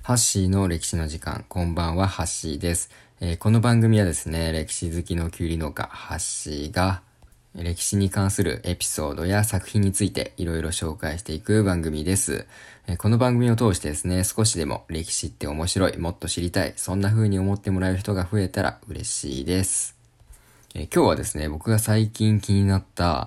ハッシーの歴史の時間、こんばんは、ハッシーです。この番組はですね、歴史好きのキュウリ農家、ハッシーが、歴史に関するエピソードや作品についていろいろ紹介していく番組です。この番組を通してですね、少しでも歴史って面白い、もっと知りたい、そんな風に思ってもらえる人が増えたら嬉しいです。今日はですね、僕が最近気になった、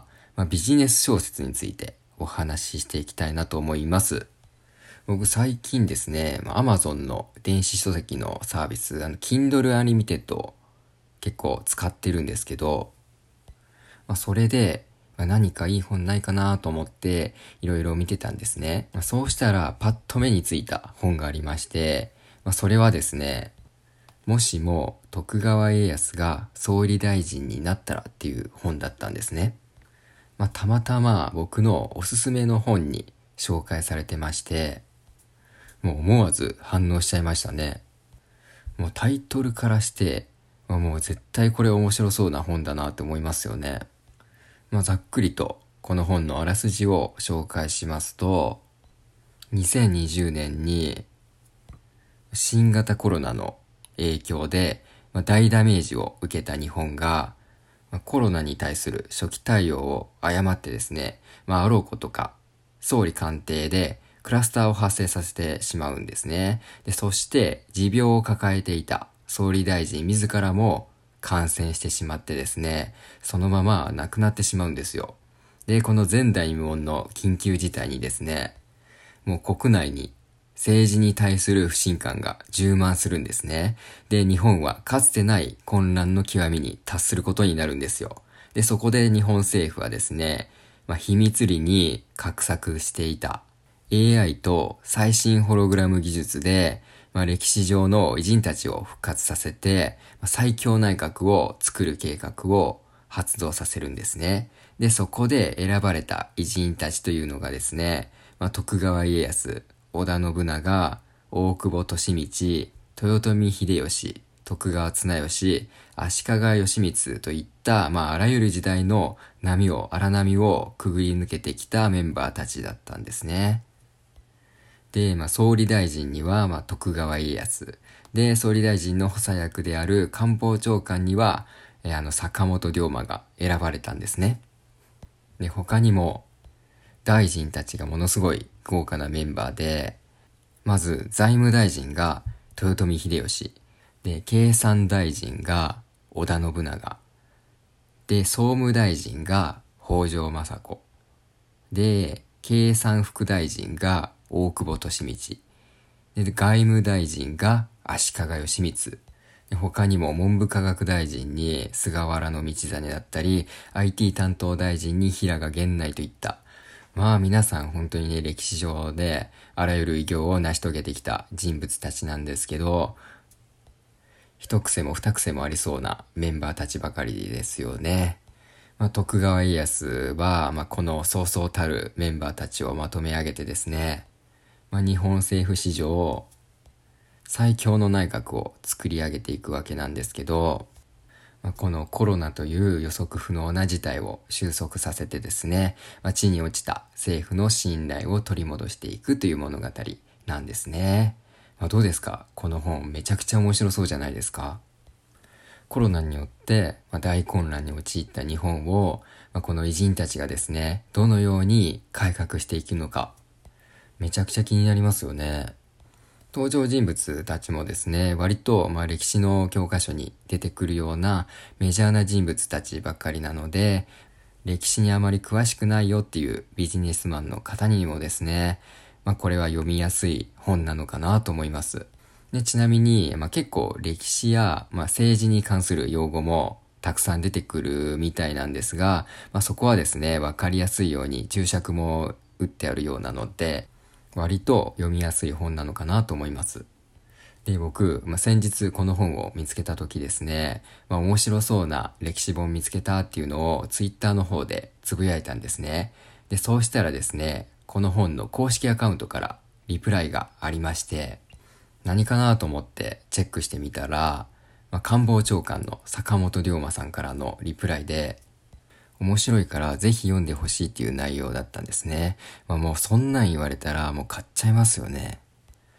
ビジネス小説についてお話ししていきたいなと思います。僕最近ですね、Amazon の電子書籍のサービス、Kindle Unlimited を結構使ってるんですけど、それで、何かいい本ないかなと思っていろいろ見てたんですね。そうしたらパッと目についた本がありまして、それはですね、もしも徳川家康が総理大臣になったらっていう本だったんですね。たまたま僕のおすすめの本に紹介されてまして、もう思わず反応しちゃいましたね。もうタイトルからして、もう絶対これ面白そうな本だなって思いますよね。ざっくりとこの本のあらすじを紹介しますと、2020年に新型コロナの影響で大ダメージを受けた日本が、コロナに対する初期対応を誤ってですね、あろうことか総理官邸でクラスターを発生させてしまうんですね。で、そして持病を抱えていた総理大臣自らも感染してしまってですね、そのまま亡くなってしまうんですよ。で、この前代未聞の緊急事態にですね、もう国内に政治に対する不信感が充満するんですね。で、日本はかつてない混乱の極みに達することになるんですよ。で、そこで日本政府はですね、秘密裏に画策していた AI と最新ホログラム技術で、歴史上の偉人たちを復活させて、最強内閣を作る計画を発動させるんですね。で、そこで選ばれた偉人たちというのがですね、徳川家康、織田信長、大久保利通、豊臣秀吉、徳川綱吉、足利義満といった、あらゆる時代の荒波をくぐり抜けてきたメンバーたちだったんですね。で、総理大臣には、徳川家康。で、総理大臣の補佐役である官房長官には、坂本龍馬が選ばれたんですね。で、他にも、大臣たちがものすごい豪華なメンバーで、まず財務大臣が豊臣秀吉、で、経産大臣が織田信長、で、総務大臣が北条政子、で、経産副大臣が大久保利通、で、外務大臣が足利義満、他にも文部科学大臣に菅原道真だったり、IT 担当大臣に平賀源内といった、皆さん本当にね、歴史上であらゆる偉業を成し遂げてきた人物たちなんですけど、一癖も二癖もありそうなメンバーたちばかりですよね。徳川家康は、このそうそうたるメンバーたちをまとめ上げてですね、日本政府史上最強の内閣を作り上げていくわけなんですけど、このコロナという予測不能な事態を収束させてですね、地に落ちた政府の信頼を取り戻していくという物語なんですね。どうですか？この本めちゃくちゃ面白そうじゃないですか？コロナによって大混乱に陥った日本を、この偉人たちがですね、どのように改革していくのか、めちゃくちゃ気になりますよね。登場人物たちもですね、割と歴史の教科書に出てくるようなメジャーな人物たちばっかりなので、歴史にあまり詳しくないよっていうビジネスマンの方にもですね、これは読みやすい本なのかなと思います。で、ちなみに、結構歴史や、政治に関する用語もたくさん出てくるみたいなんですが、そこはですね、わかりやすいように注釈も打ってあるようなので、割と読みやすい本なのかなと思います。で、僕、先日この本を見つけた時ですね、面白そうな歴史本見つけたっていうのをツイッターの方でつぶやいたんですね。で、そうしたらですね、この本の公式アカウントからリプライがありまして、何かなと思ってチェックしてみたら、官房長官の坂本龍馬さんからのリプライで、面白いからぜひ読んでほしいっていう内容だったんですね。もうそんなん言われたらもう買っちゃいますよね。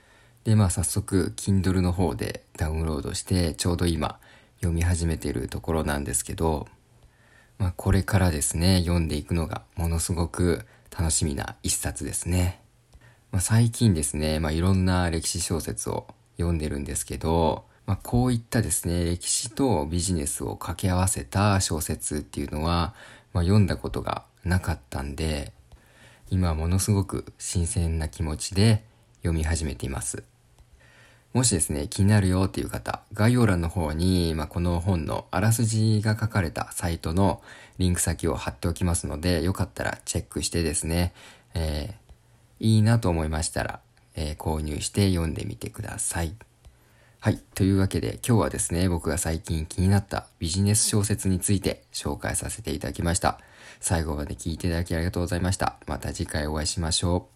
で、早速 Kindle の方でダウンロードしてちょうど今読み始めているところなんですけど、これからですね、読んでいくのがものすごく楽しみな一冊ですね。最近ですね、いろんな歴史小説を読んでるんですけど、こういったですね、歴史とビジネスを掛け合わせた小説っていうのは、読んだことがなかったんで、今ものすごく新鮮な気持ちで読み始めています。もしですね、気になるよっていう方、概要欄の方に、この本のあらすじが書かれたサイトのリンク先を貼っておきますので、よかったらチェックしてですね、いいなと思いましたら、購入して読んでみてください。はい。というわけで今日はですね、僕が最近気になったビジネス小説について紹介させていただきました。最後まで聞いていただきありがとうございました。また次回お会いしましょう。